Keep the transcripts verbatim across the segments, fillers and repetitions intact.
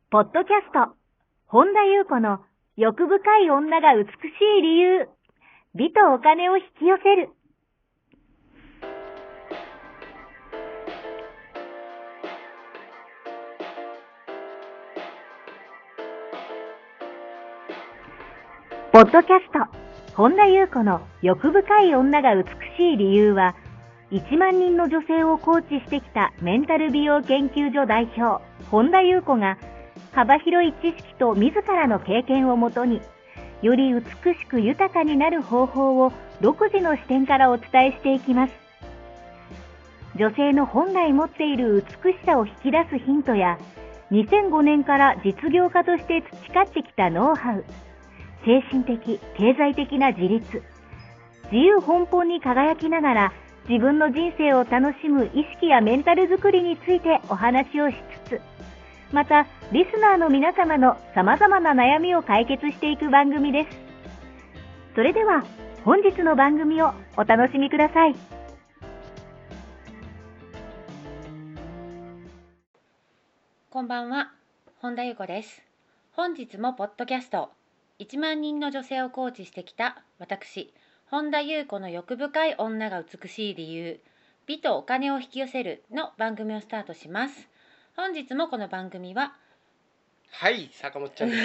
ポッドキャスト、本田裕子の欲深い女が美しい理由、美とお金を引き寄せる。ポッドキャスト、本田裕子の欲深い女が美しい理由は、いちまんにんの女性をコーチしてきたメンタル美容研究所代表、本田裕子が、幅広い知識と自らの経験をもとに、より美しく豊かになる方法を独自の視点からお伝えしていきます。女性の本来持っている美しさを引き出すヒントや、にせんごねんから実業家として培ってきたノウハウ、精神的、経済的な自立、自由奔放に輝きながら自分の人生を楽しむ意識やメンタルづくりについてお話をしつつ、またリスナーの皆様の様々な悩みを解決していく番組です。それでは本日の番組をお楽しみください。 こんばんは、本田裕子です。本日もポッドキャストいちまんにんの女性をコーチしてきた私、本田裕子の欲深い女が美しい理由、美とお金を引き寄せるの番組をスタートします。本日もこの番組ははい、坂本ちゃんです。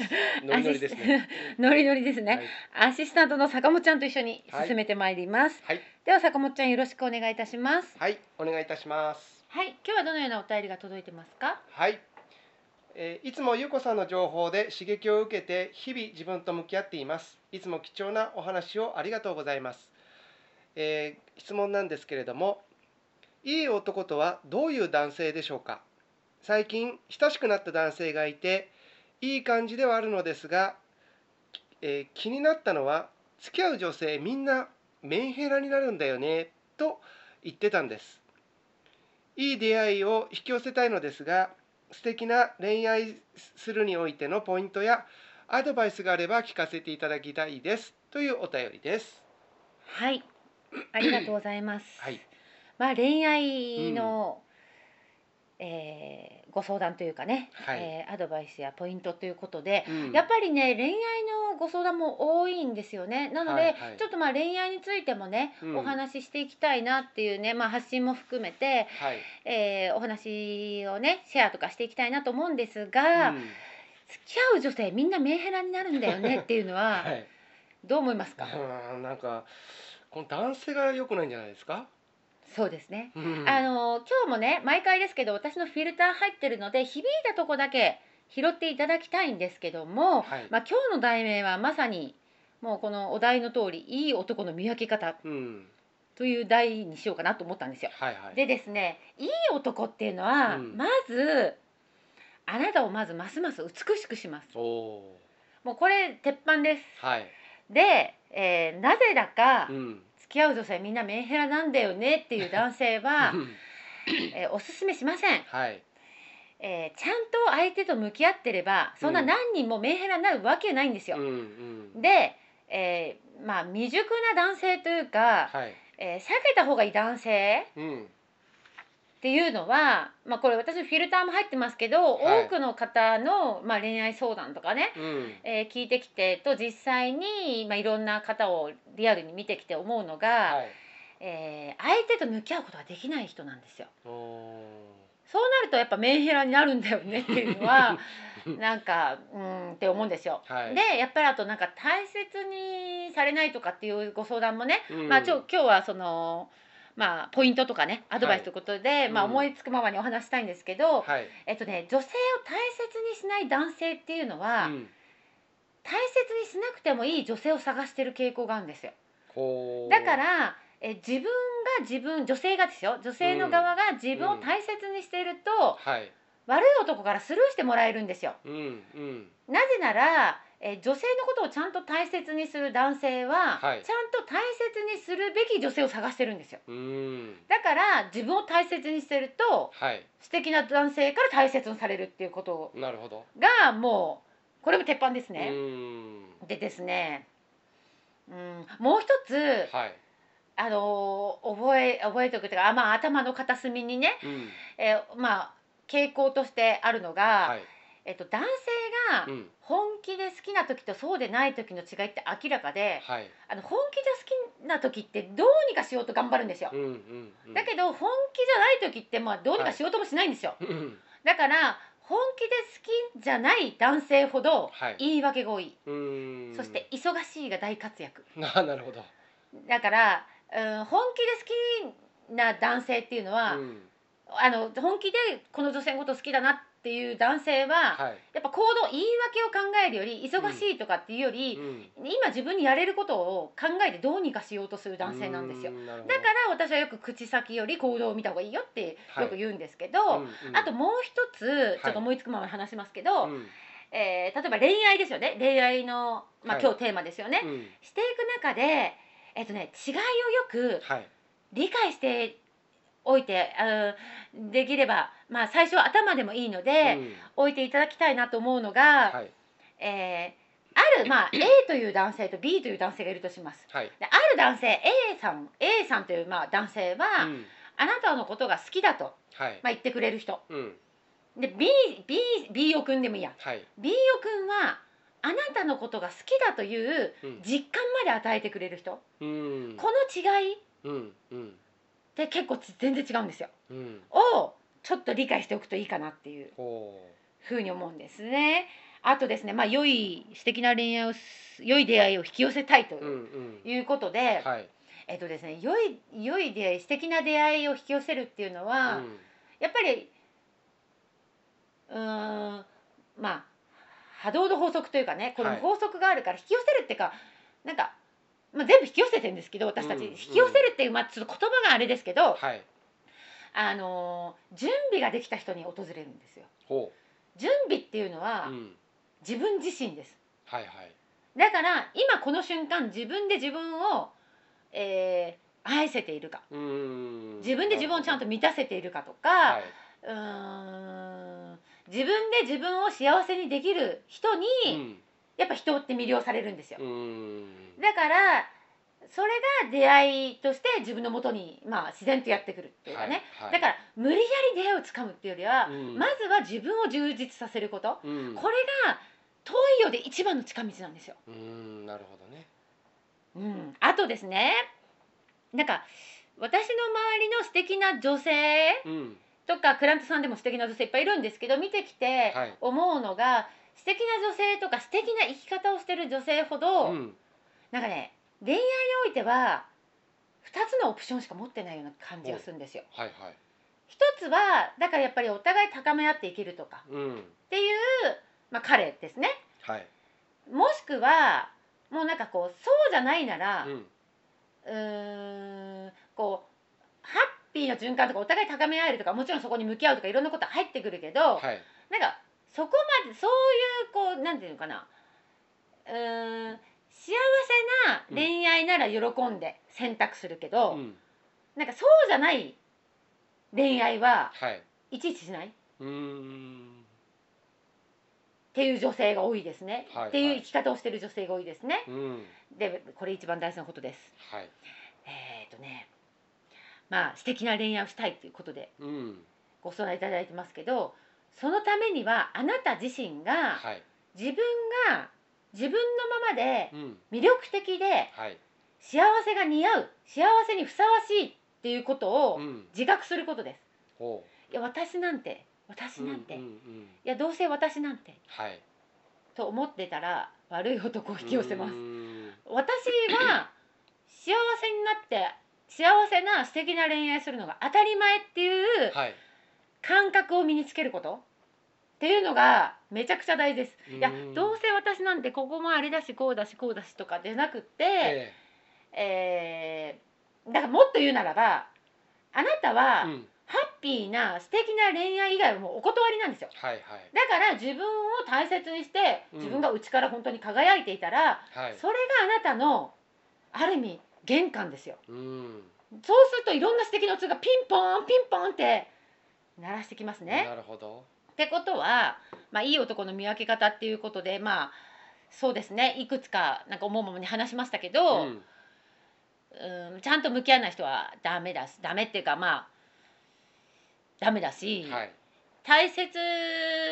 ノリノリですね。 ノリノリですね、 はい、 アシスタントの坂本ちゃんと一緒に進めてまいります。 はい、 では坂本ちゃん、よろしくお願いいたします。 はい、お願いいたします。 はい、今日はどのようなお便りが届いてますか？ はい、えーいつもゆうこさんの情報で刺激を受けて日々自分と向き合っています。いつも貴重なお話をありがとうございます。えー質問なんですけれども、いい男とはどういう男性でしょうか？最近親しくなった男性がいていい感じではあるのですが、えー気になったのは、付き合う女性みんなメンヘラになるんだよねと言ってたんです。いい出会いを引き寄せたいのですが、素敵な恋愛するにおいてのポイントやアドバイスがあれば聞かせていただきたいですというお便りです。 はい、ありがとうございます。 はい、 まあ、恋愛の、うんえーご相談というかね、 はい、 えーアドバイスやポイントということで、 うん、 やっぱりね、恋愛のご相談も多いんですよね。なので、 はいはいちょっとまあ恋愛についてもね、 うんお話ししていきたいなっていうね、まあ、発信も含めて、 はい、 えーお話をねシェアとかしていきたいなと思うんですが、 うん、 付き合う女性みんなメンヘラになるんだよねっていうのははい、 どう思いますか？ うん、なんかこの男性が良くないんじゃないですか？ そうですね。 うん、 あの今日もね、毎回ですけど私のフィルター入ってるので響いたとこだけ拾っていただきたいんですけども、 はい、 まあ、今日の題名はまさにもうこのお題の通り、いい男の見分け方うん、 という題にしようかなと思ったんですよ。 はいはい、 でですね、いい男っていうのは、 うんまずあなたをまずますます美しくします。 おお、 もうこれ鉄板です。 はい、 で、えーなぜだか、 うん付き合う女性みんなメンヘラなんだよねっていう男性は、 うんえーおすすめしません。 はい、 えーちゃんと相手と向き合ってればそんな何人もメンヘラになるわけないんですよ。 うんうん、 で、えーまあ未熟な男性というか、 はい、 えー避けた方がいい男性うんっていうのは、まあ、これ私のフィルターも入ってますけど、 はい多くの方の、まあ、恋愛相談とかね、 うんえー聞いてきてと実際に、まあ、いろんな方をリアルに見てきて思うのが、 はい、 えー相手と向き合うことができない人なんですよ。 おーそうなるとやっぱメンヘラになるんだよねっていうのはなんかうーんって思うんですよ。 はいでやっぱりあとなんか大切にされないとかっていうご相談もね、 うんまあちょ今日はそのまあポイントとかねアドバイスということで、まあうん思いつくままにお話したいんですけど、 はい、 えっとね女性を大切にしない男性っていうのは、 うん大切にしなくてもいい女性を探してる傾向があるんですよ。 ほーだからえ自分が自分女性がですよ女性の側が自分を大切にしていると、 はい悪い男からスルーしてもらえるんですよ。 うんうんなぜならえ女性のことをちゃんと大切にする男性は、 はいちゃんと大切にするべき女性を探してるんですよ。 うんだから自分を大切にしてるとはい素敵な男性から大切にされるっていうことなるほどがもうこれも鉄板ですうね。 んでですね、うん、もう一つはいあの覚え覚えておくというかあ、まあ、頭の片隅にね、 うんえーまあ傾向としてあるのが、 はいえっと、男性がうん本気で好きな時とそうでない時の違いって明らかで、 はいあの本気で好きな時ってどうにかしようと頑張るんですよ。 うんうんうんだけど本気じゃない時ってまあどうにかしようともしないんですよ。 うんだから本気で好きじゃない男性ほどはい言い訳が多い。 うーんそして忙しいが大活躍。 あなるほどだから、うん、本気で好きな男性っていうのは、 うんあの本気でこの女性のこと好きだなっていう男性は、 はいやっぱ行動言い訳を考えるより忙しいとかっていうより、 うん今自分にやれることを考えてどうにかしようとする男性なんですよ。 うーんなるほどだから私はよく口先より行動を見た方がいいよってよく言うんですけど、 うんうんあともう一つちょっと思いつくままに話しますけど、 うんえー例えば恋愛ですよね。恋愛の、まあはい今日テーマですよね。 うんしていく中で、えっとね、違いをよくはい理解しておいて、あのできれば、まあ、最初は頭でもいいので、 うん置いていただきたいなと思うのが、 はいえーある、まあ、A という男性と B という男性がいるとします。 はいである男性 A さん A さんという、まあ、男性は、 うんあなたのことが好きだと、 はいまあ、言ってくれる人うんで B, B, B おくんでもいいや。 はい B おくんはあなたのことが好きだといううん実感まで与えてくれる人、 うんこの違いっうんうんて結構ち全然違うんですよ。 うんをちょっと理解しておくといいかなっていうほふうに思うんですね。あとですね、まあ良い素敵な恋愛をす良い出会いを引き寄せたいとううんうんいうことで、 はいえっとですね、良い良い出会い素敵な出会いを引き寄せるっていうのは、 うんやっぱりうーんまあ波動の法則というかね、このはい法則があるから引き寄せるっていうか、なんか、まあ、全部引き寄せてるんですけど私たち、 うん引き寄せるっていう、まあ、ちょっと言葉があれですけど、 はいあのー準備ができた人に訪れるんですよ。 ほ準備っていうのは、 ううん自分自身です。 はいはいだから今この瞬間自分で自分を、えー愛せているか、 うーん自分で自分をちゃんと満たせているかとか、 はいうーん自分で自分を幸せにできる人に、 うんやっぱ人って魅了されるんですよ。 うーんだからそれが出会いとして自分のもとに、まあ、自然とやってくるっていうかね、 はいはいだから無理やり出会いをつかむっていうよりは、 うんまずは自分を充実させること、 うんこれが遠いようで一番の近道なんですよ。 うーんなるほどねうん、あとですね、なんか私の周りの素敵な女性うんとかクライアントさんでも素敵な女性いっぱいいるんですけど、見てきてはい思うのが、素敵な女性とか素敵な生き方をしてる女性ほど、 うんなんかね、恋愛においてはふたつのオプションしか持ってないような感じがするんですよ。 はいはいひとつはだからやっぱりお互い高め合っていけるとかうんっていう、まあ、彼ですね。 はいもしくはもうなんかこうそうじゃないなら、 うんうーんこうハッピーの循環とかお互い高め合えるとか、もちろんそこに向き合うとかいろんなこと入ってくるけど、 はいなんかそこまでそういうこうなんていうのかな、うーん幸せな恋愛なら喜んで選択するけど、 うんなんかそうじゃない恋愛ははいいちいちしないっうーんていう女性が多いですね、 はいっていう生き方をしてる女性が多いですね。 うんでこれ一番大事なことです。 はいえっ、とねまあ素敵な恋愛をしたいということでうんご相談いただいてますけど、そのためにはあなた自身がはい自分が自分のままでうん魅力的ではい幸せが似合う、幸せにふさわしいっていうことをうん自覚することです。 ほいや私なんて私うなんて、いうんうんうんやどうせ私なんてはいと思ってたら悪い男を引き寄せますう。ーん私は幸せになって幸せな素敵な恋愛するのが当たり前っていうはい感覚を身につけることっていうのがめちゃくちゃ大事です。いやうんどうせ私なんてここもあれだしこうだしこうだしとかじゃなくって、 ええーだからもっと言うならば、あなたえはうんハッピーな素敵な恋愛以外はもうお断りなんですよ。 はいはいだから自分を大切にしてうん自分が内から本当に輝いていたら、 はいそれがあなたのある意味玄関ですよ。 うんそうするといろんな素敵な音がピンポーンピンポーンって鳴らしてきますね。 なるほどってことは、まあ、いい男の見分け方っていうことで、まあそうですね、いくつかなんか思うままに話しましたけど、 うんうん、ちゃんと向き合わない人はダメだし、ダメっていうかまあダメだし、 はい大切に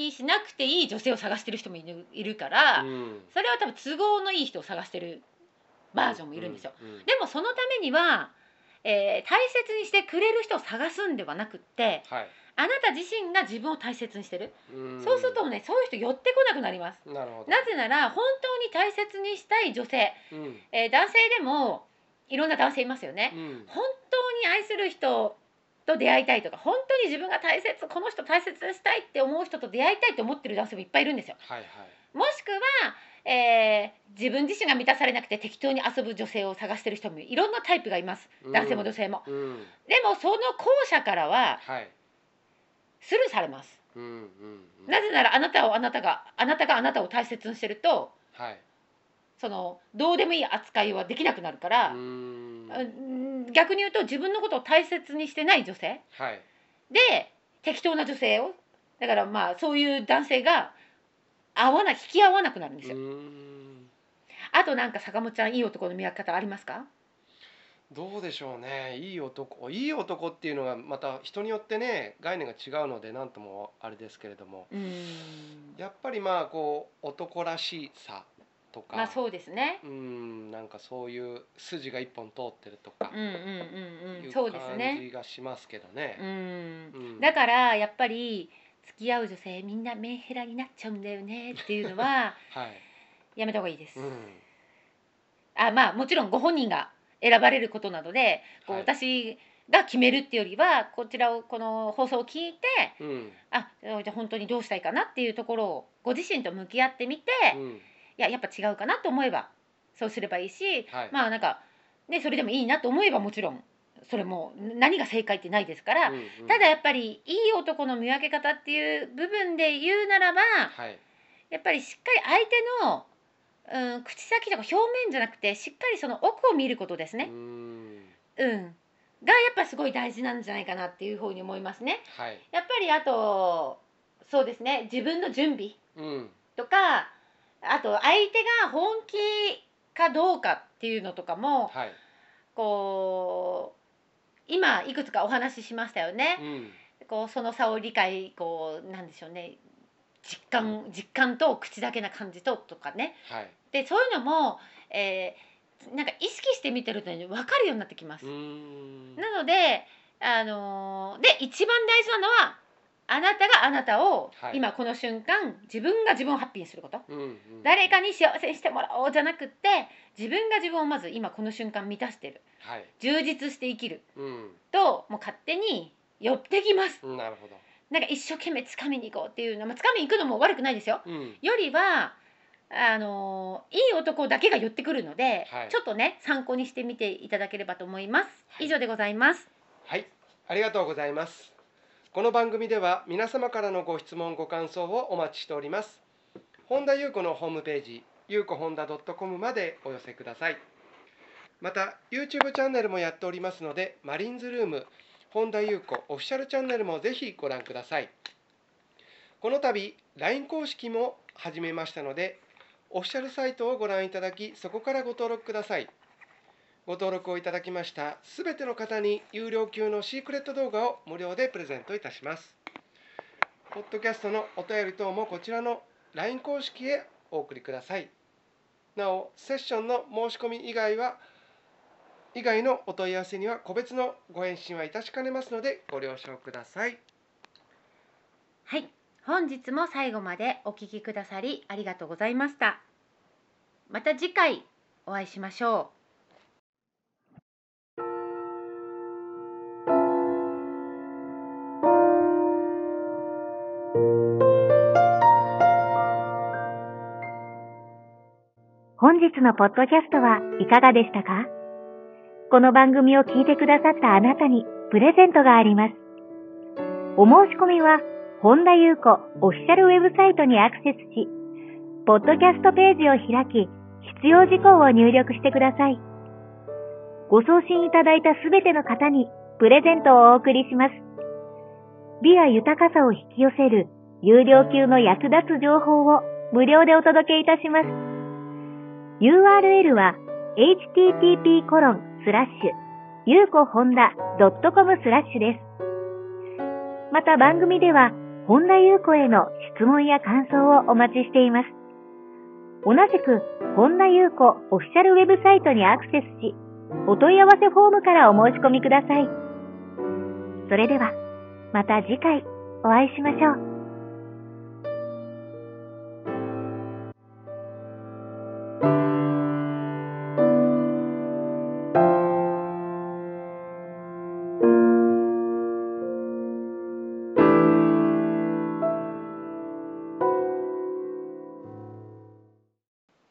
にしなくていい女性を探してる人もいる、いるから、 うん、 それは多分都合のいい人を探してるバージョンもいるんですよ、 うんうんうん、 でもそのためには、えー、大切にしてくれる人を探すんではなくって、はい、あなた自身が自分を大切にしてる、うん、そうするとね、そういう人寄ってこなくなります。 なるほど。 なぜなら本当に大切にしたい女性、うん、えー、男性でもいろんな男性いますよね、うん、本当に愛する人と出会いたいとか、本当に自分が大切、この人大切にしたいって思う人と出会いたいと思ってる男性もいっぱいいるんですよ、はいはい、もしくは、えー、自分自身が満たされなくて適当に遊ぶ女性を探してる人もいろんなタイプがいます、男性も女性も、うんうん、でもその後者からは、はい、スルーされます、うんうんうん、なぜならあなたをあなたがあなたがあなたを大切にしてると、はい、そのどうでもいい扱いはできなくなるから、うーん、逆に言うと自分のことを大切にしてない女性、はい、で適当な女性を、だからまあそういう男性が合わな引き合わなくなるんですよ。うーん、あとなんか坂本ちゃん、いい男の見分け方ありますか？ どうでしょうね。いい男、いい男っていうのがまた人によってね概念が違うので何ともあれですけれども、うーん、やっぱりまあこう男らしさとか、 まあそうですね、 うん、なんかそういう筋が一本通ってるとか、 うんうんうんうん、そうですね、 いう感じがしますけどね。うん、 うん、だからやっぱり付き合う女性みんなメンヘラになっちゃうんだよねっていうのは、はい、やめた方がいいです、うん、あ、まあもちろんご本人が選ばれることなので、こう、はい、私が決めるっていうよりはこちらをこの放送を聞いて、うん、あ、じゃあ本当にどうしたいかなっていうところをご自身と向き合ってみて、うん、いややっぱ違うかなと思えばそうすればいいし、はい、まあなんかね、それでもいいなと思えばもちろんそれも何が正解ってないですから、うんうん、ただやっぱりいい男の見分け方っていう部分で言うならば、はい、やっぱりしっかり相手のうん、口先とか表面じゃなくてしっかりその奥を見ることですね。うん、うん、がやっぱすごい大事なんじゃないかなっていうふうに思いますね。はい、やっぱりあとそうですね、自分の準備とか、うん、あと相手が本気かどうかっていうのとかも、はい、こう今いくつかお話ししましたよね。うん、こうその差を理解こうなんでしょうね。実感、実感と口だけな感じととかね、はい、でそういうのも、えー、なんか意識して見てると、ね、分かるようになってきます。うーん、なので、あのー、で一番大事なのはあなたがあなたを、はい、今この瞬間自分が自分をハッピーにすること、うんうん、誰かに幸せにしてもらおうじゃなくって自分が自分をまず今この瞬間満たしてる、はい、充実して生きる、うん、ともう勝手に寄ってきます。なるほど。なんか一生懸命掴みに行こうっていうの、まあ、掴みに行くのも悪くないですよ、うん、よりはあのいい男だけが寄ってくるので、はい、ちょっとね参考にしてみていただければと思います、はい、以上でございます。 はい、ありがとうございます。この番組では皆様からのご質問ご感想をお待ちしております。本田裕子のホームページゆうこ本田 .com までお寄せください。また YouTube チャンネルもやっておりますので、マリンズルーム本田裕子オフィシャルチャンネルもぜひご覧ください。この度 ライン 公式も始めましたので、オフィシャルサイトをご覧いただき、そこからご登録ください。ご登録をいただきましたすべての方に有料級のシークレット動画を無料でプレゼントいたします。ポッドキャストのお便り等もこちらの ライン 公式へお送りください。なお、セッションの申し込み以外は以外のお問い合わせには個別のご返信はいたしかねますのでご了承ください。 はい、本日も最後までお聞きくださりありがとうございました。また次回お会いしましょう。 本日のポッドキャストはいかがでしたか？この番組を聞いてくださったあなたにプレゼントがあります。お申し込みは本田裕子オフィシャルウェブサイトにアクセスし、ポッドキャストページを開き、必要事項を入力してください。ご送信いただいたすべての方にプレゼントをお送りします。美や豊かさを引き寄せる有料級の役立つ情報を無料でお届けいたします。ユーアールエル は エイチティーティーピーコロンスラッシュゆうこほんだ ドットコム スラッシュです。また番組では本田裕子への質問や感想をお待ちしています。同じく、本田裕子オフィシャルウェブサイトにアクセスし、お問い合わせフォームからお申し込みください。それでは、また次回お会いしましょう。